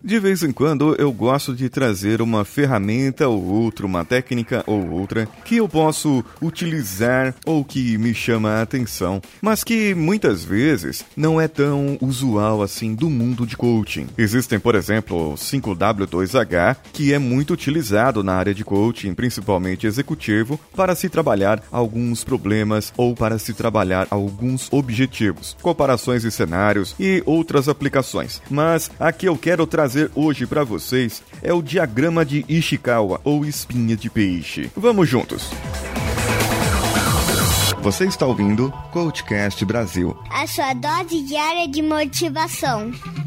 De vez em quando eu gosto de trazer uma ferramenta ou outra, uma técnica ou outra que eu posso utilizar ou que me chama a atenção, mas que muitas vezes não é tão usual assim do mundo de coaching. Existem, por exemplo, o 5W2H, que é muito utilizado na área de coaching, principalmente executivo, para se trabalhar alguns problemas ou para se trabalhar alguns objetivos, comparações de cenários e outras aplicações. Mas a que eu quero trazer hoje para vocês é o diagrama de Ishikawa, ou espinha de peixe. Vamos juntos! Você está ouvindo Coachcast Brasil, a sua dose diária de motivação.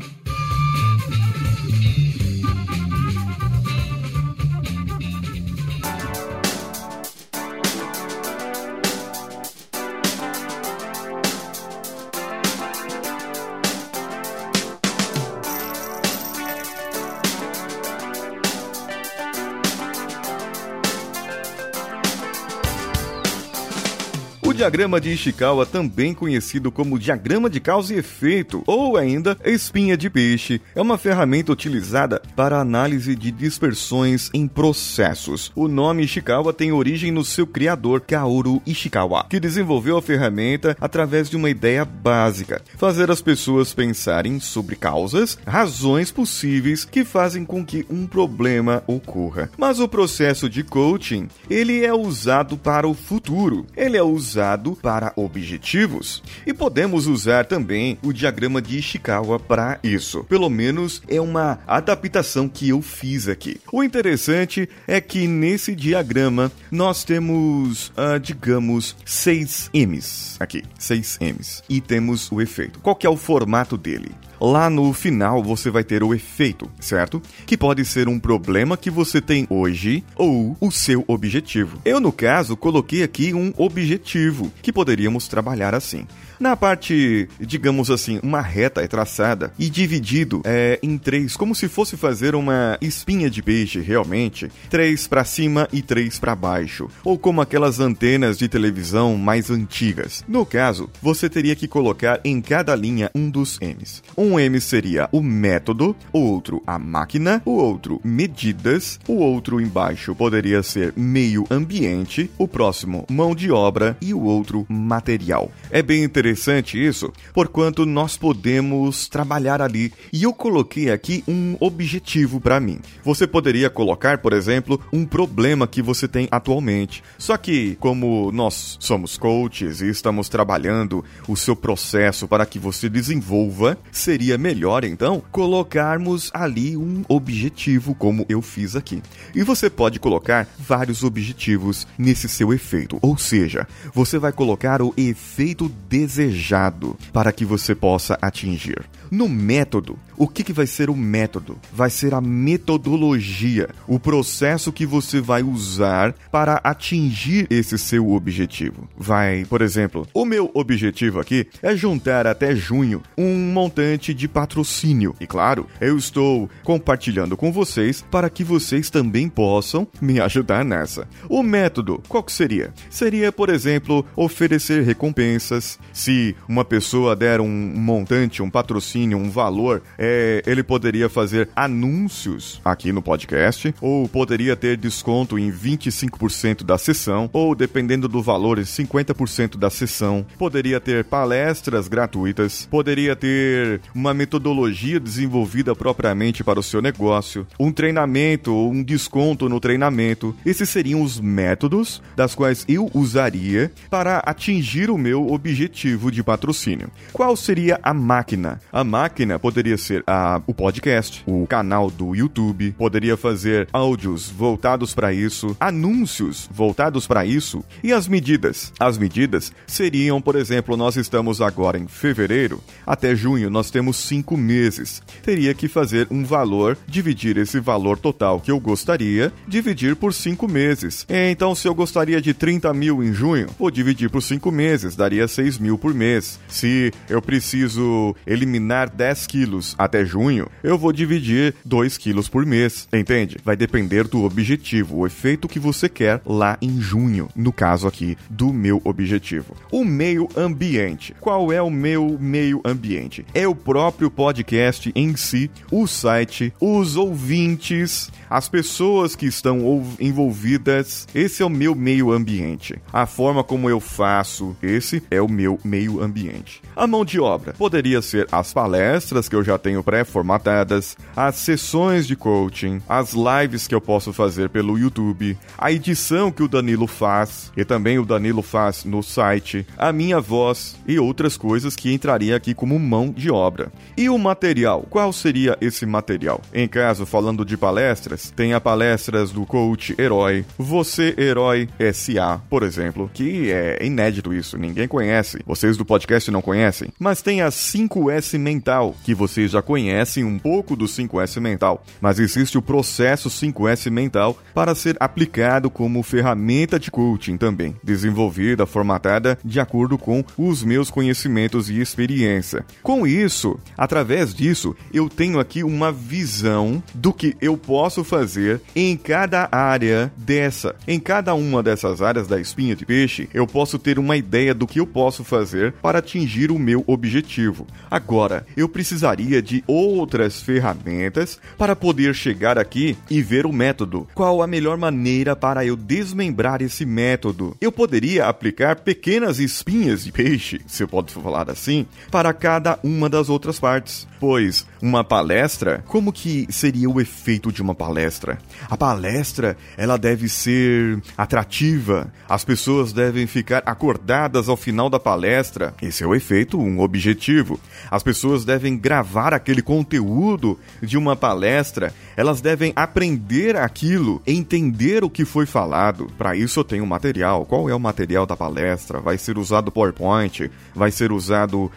O diagrama de Ishikawa, também conhecido como diagrama de causa e efeito, ou ainda espinha de peixe, é uma ferramenta utilizada para análise de dispersões em processos. O nome Ishikawa tem origem no seu criador, Kaoru Ishikawa, que desenvolveu a ferramenta através de uma ideia básica: fazer as pessoas pensarem sobre causas, razões possíveis que fazem com que um problema ocorra. Mas o processo de coaching, ele é usado para o futuro, ele é usado para objetivos, e podemos usar também o diagrama de Ishikawa para isso. Pelo menos é uma adaptação que eu fiz aqui. O interessante é que nesse diagrama nós temos, digamos, 6 M's aqui, 6 M's, e temos o efeito. Qual que é o formato dele? Lá no final você vai ter o efeito, certo? Que pode ser um problema que você tem hoje ou o seu objetivo. Eu, no caso, coloquei aqui um objetivo que poderíamos trabalhar assim. Na parte, digamos assim, uma reta é traçada e dividido em 3, como se fosse fazer uma espinha de peixe realmente, 3 para cima e 3 para baixo, ou como aquelas antenas de televisão mais antigas. No caso, você teria que colocar em cada linha um dos M's. Um M seria o método, o outro a máquina, o outro medidas, o outro embaixo poderia ser meio ambiente, o próximo mão de obra e o outro material. É bem interessante isso, porquanto nós podemos trabalhar ali, e eu coloquei aqui um objetivo para mim. Você poderia colocar, por exemplo, um problema que você tem atualmente. Só que, como nós somos coaches e estamos trabalhando o seu processo para que você desenvolva, seria melhor, então, colocarmos ali um objetivo, como eu fiz aqui. E você pode colocar vários objetivos nesse seu efeito, ou seja, você vai colocar o efeito desejado para que você possa atingir. No método, o que vai ser o método? Vai ser a metodologia, o processo que você vai usar para atingir esse seu objetivo. Por exemplo, o meu objetivo aqui é juntar até junho um montante de patrocínio. E claro, eu estou compartilhando com vocês para que vocês também possam me ajudar nessa. O método, qual que seria? Seria, por exemplo, oferecer recompensas. Se uma pessoa der um montante, um patrocínio, um valor, ele poderia fazer anúncios aqui no podcast, ou poderia ter desconto em 25% da sessão, ou dependendo do valor, 50% da sessão. Poderia ter palestras gratuitas, poderia ter uma metodologia desenvolvida propriamente para o seu negócio, um treinamento ou um desconto no treinamento. Esses seriam os métodos das quais eu usaria para atingir o meu objetivo de patrocínio. Qual seria a máquina? A máquina poderia ser o podcast, o canal do YouTube, poderia fazer áudios voltados para isso, anúncios voltados para isso, e as medidas. As medidas seriam, por exemplo, nós estamos agora em fevereiro, até junho nós temos 5 meses. Teria que fazer um valor, dividir esse valor total que eu gostaria, dividir por 5 meses. Então, se eu gostaria de 30 mil em junho, vou dividir por 5 meses, daria 6 mil por mês. Se eu preciso eliminar 10 quilos até junho, eu vou dividir 2 quilos por mês, entende? Vai depender do objetivo, o efeito que você quer lá em junho, no caso aqui do meu objetivo. O meio ambiente. Qual é o meu meio ambiente? É o próprio podcast em si, o site, os ouvintes, as pessoas que estão envolvidas. Esse é o meu meio ambiente. A forma como eu faço, esse é o meu meio ambiente. A mão de obra poderia ser as palestras que eu já tenho pré-formatadas, as sessões de coaching, as lives que eu posso fazer pelo YouTube, a edição que o Danilo faz, e também o Danilo faz no site, a minha voz e outras coisas que entraria aqui como mão de obra. E o material? Qual seria esse material? Em caso, falando de palestras, tem a palestras do Coach Herói, Você Herói SA, por exemplo, que é inédito isso, ninguém conhece, vocês do podcast não conhecem, mas tem a 5S Mental, que vocês já conhecem um pouco do 5S Mental, mas existe o processo 5S Mental para ser aplicado como ferramenta de coaching também, desenvolvida, formatada de acordo com os meus conhecimentos e experiência. Com isso, através disso, eu tenho aqui uma visão do que eu posso fazer em cada área em cada uma dessas áreas da espinha de peixe, eu posso ter uma ideia do que eu posso fazer para atingir o meu objetivo. Agora, eu precisaria de outras ferramentas para poder chegar aqui e ver o método. Qual a melhor maneira para eu desmembrar esse método? Eu poderia aplicar pequenas espinhas de peixe, se eu posso falar assim, para cada uma das outras partes. Pois, uma palestra, como que seria o efeito de uma palestra? A palestra, ela deve ser atrativa, as pessoas devem ficar acordadas ao final da palestra. Esse é o efeito, um objetivo. As pessoas devem gravar aquele conteúdo de uma palestra, elas devem aprender aquilo, entender o que foi falado. Para isso eu tenho material. Qual é o material da palestra? Vai ser usado PowerPoint, vai ser usado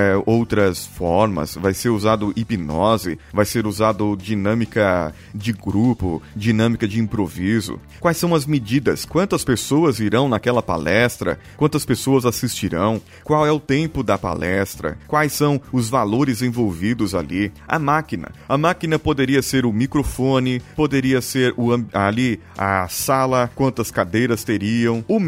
outras formas, vai ser usado hipnose, vai ser usado dinâmica de grupo, dinâmica de improviso. Quais são as medidas? Quantas pessoas irão naquela palestra? Quantas pessoas assistirão? Qual é o tempo da palestra? Quais são os valores envolvidos ali? A máquina poderia ser o microfone, poderia ser ali a sala, quantas cadeiras teriam. O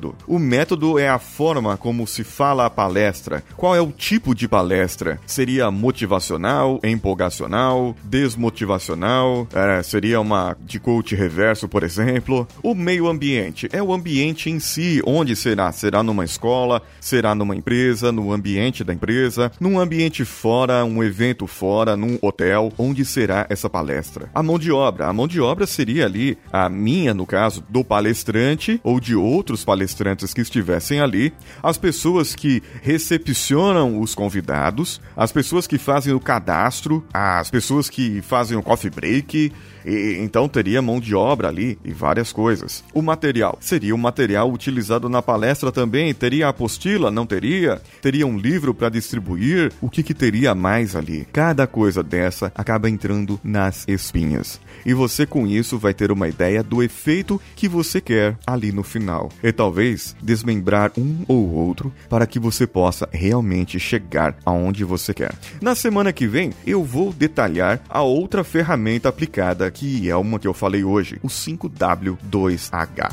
método é a forma como se fala a palestra. Qual é o tipo de palestra? Seria motivacional, empolgacional, desmotivacional? Seria uma de coach reverso, por exemplo? O meio ambiente é o ambiente em si. Onde será? Será numa escola? Será numa empresa? No ambiente da empresa? Num ambiente fora? Um evento fora? Num hotel? Onde será essa palestra? A mão de obra seria ali, a minha, no caso, do palestrante ou de outros palestrantes que estivessem ali, as pessoas que recepcionam os convidados, as pessoas que fazem o cadastro, as pessoas que fazem o coffee break. Então teria mão de obra ali e várias coisas. O material seria o material utilizado na palestra também. Teria a apostila? Não teria? Teria um livro para distribuir? O que teria mais ali? Cada coisa dessa acaba entrando nas espinhas. E você com isso vai ter uma ideia do efeito que você quer ali no final. E talvez desmembrar um ou outro para que você possa realmente chegar aonde você quer. Na semana que vem eu vou detalhar a outra ferramenta aplicada, que é uma que eu falei hoje, o 5W2H.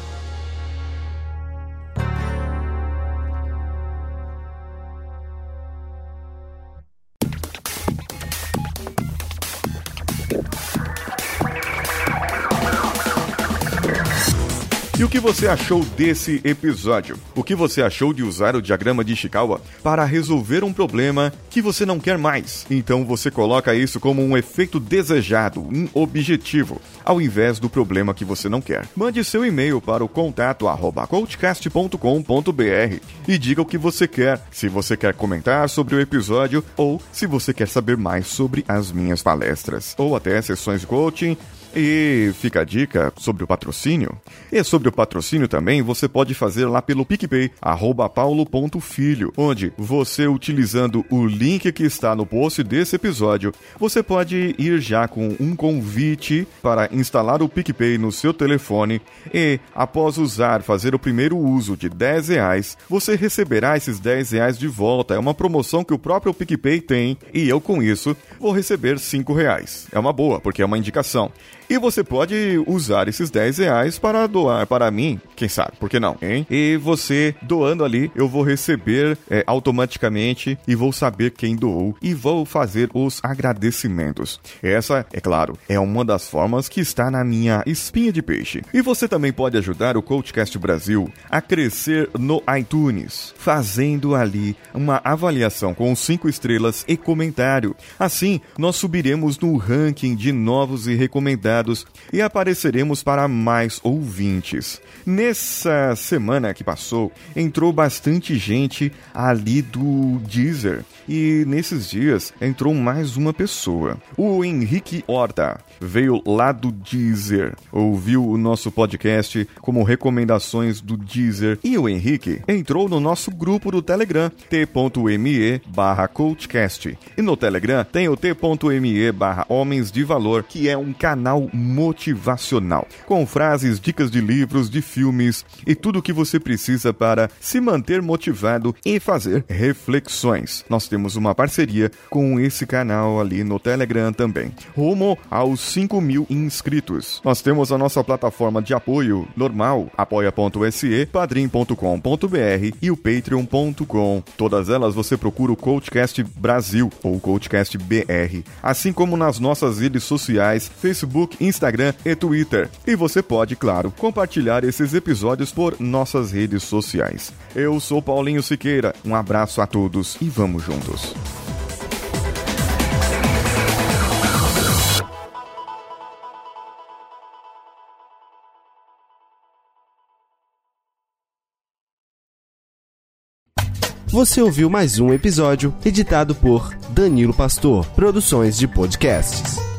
E o que você achou desse episódio? O que você achou de usar o diagrama de Ishikawa para resolver um problema que você não quer mais? Então você coloca isso como um efeito desejado, um objetivo, ao invés do problema que você não quer. Mande seu e-mail para o contato@coachcast.com.br e diga o que você quer, se você quer comentar sobre o episódio ou se você quer saber mais sobre as minhas palestras ou até sessões de coaching. E fica a dica sobre o patrocínio. E sobre o patrocínio também, você pode fazer lá pelo PicPay, @paulo.filho, onde você, utilizando o link que está no post desse episódio, você pode ir já com um convite para instalar o PicPay no seu telefone e, após fazer o primeiro uso de R$10, você receberá esses R$10 de volta. É uma promoção que o próprio PicPay tem e eu, com isso, vou receber R$5. É uma boa, porque é uma indicação. E você pode usar esses R$10 para doar para mim, quem sabe, por que não, hein? E você doando ali, eu vou receber automaticamente e vou saber quem doou e vou fazer os agradecimentos. Essa, é claro, é uma das formas que está na minha espinha de peixe. E você também pode ajudar o Coachcast Brasil a crescer no iTunes, fazendo ali uma avaliação com 5 estrelas e comentário. Assim, nós subiremos no ranking de novos e recomendados e apareceremos para mais ouvintes. Nessa semana que passou, entrou bastante gente ali do Deezer e nesses dias entrou mais uma pessoa. O Henrique Horta veio lá do Deezer, ouviu o nosso podcast como recomendações do Deezer e o Henrique entrou no nosso grupo do Telegram, t.me/coachcast. E no Telegram tem o t.me/homens de valor, que é um canal motivacional, com frases, dicas de livros, de filmes e tudo o que você precisa para se manter motivado e fazer reflexões. Nós temos uma parceria com esse canal ali no Telegram também, rumo aos 5.000 inscritos. Nós temos a nossa plataforma de apoio normal, apoia.se, padrim.com.br e o patreon.com. Todas elas você procura o Coachcast Brasil ou Coachcast BR, assim como nas nossas redes sociais, Facebook, Instagram e Twitter. E você pode, claro, compartilhar esses episódios por nossas redes sociais. Eu sou Paulinho Siqueira, um abraço a todos e vamos juntos. Você ouviu mais um episódio editado por Danilo Pastor, Produções de Podcasts.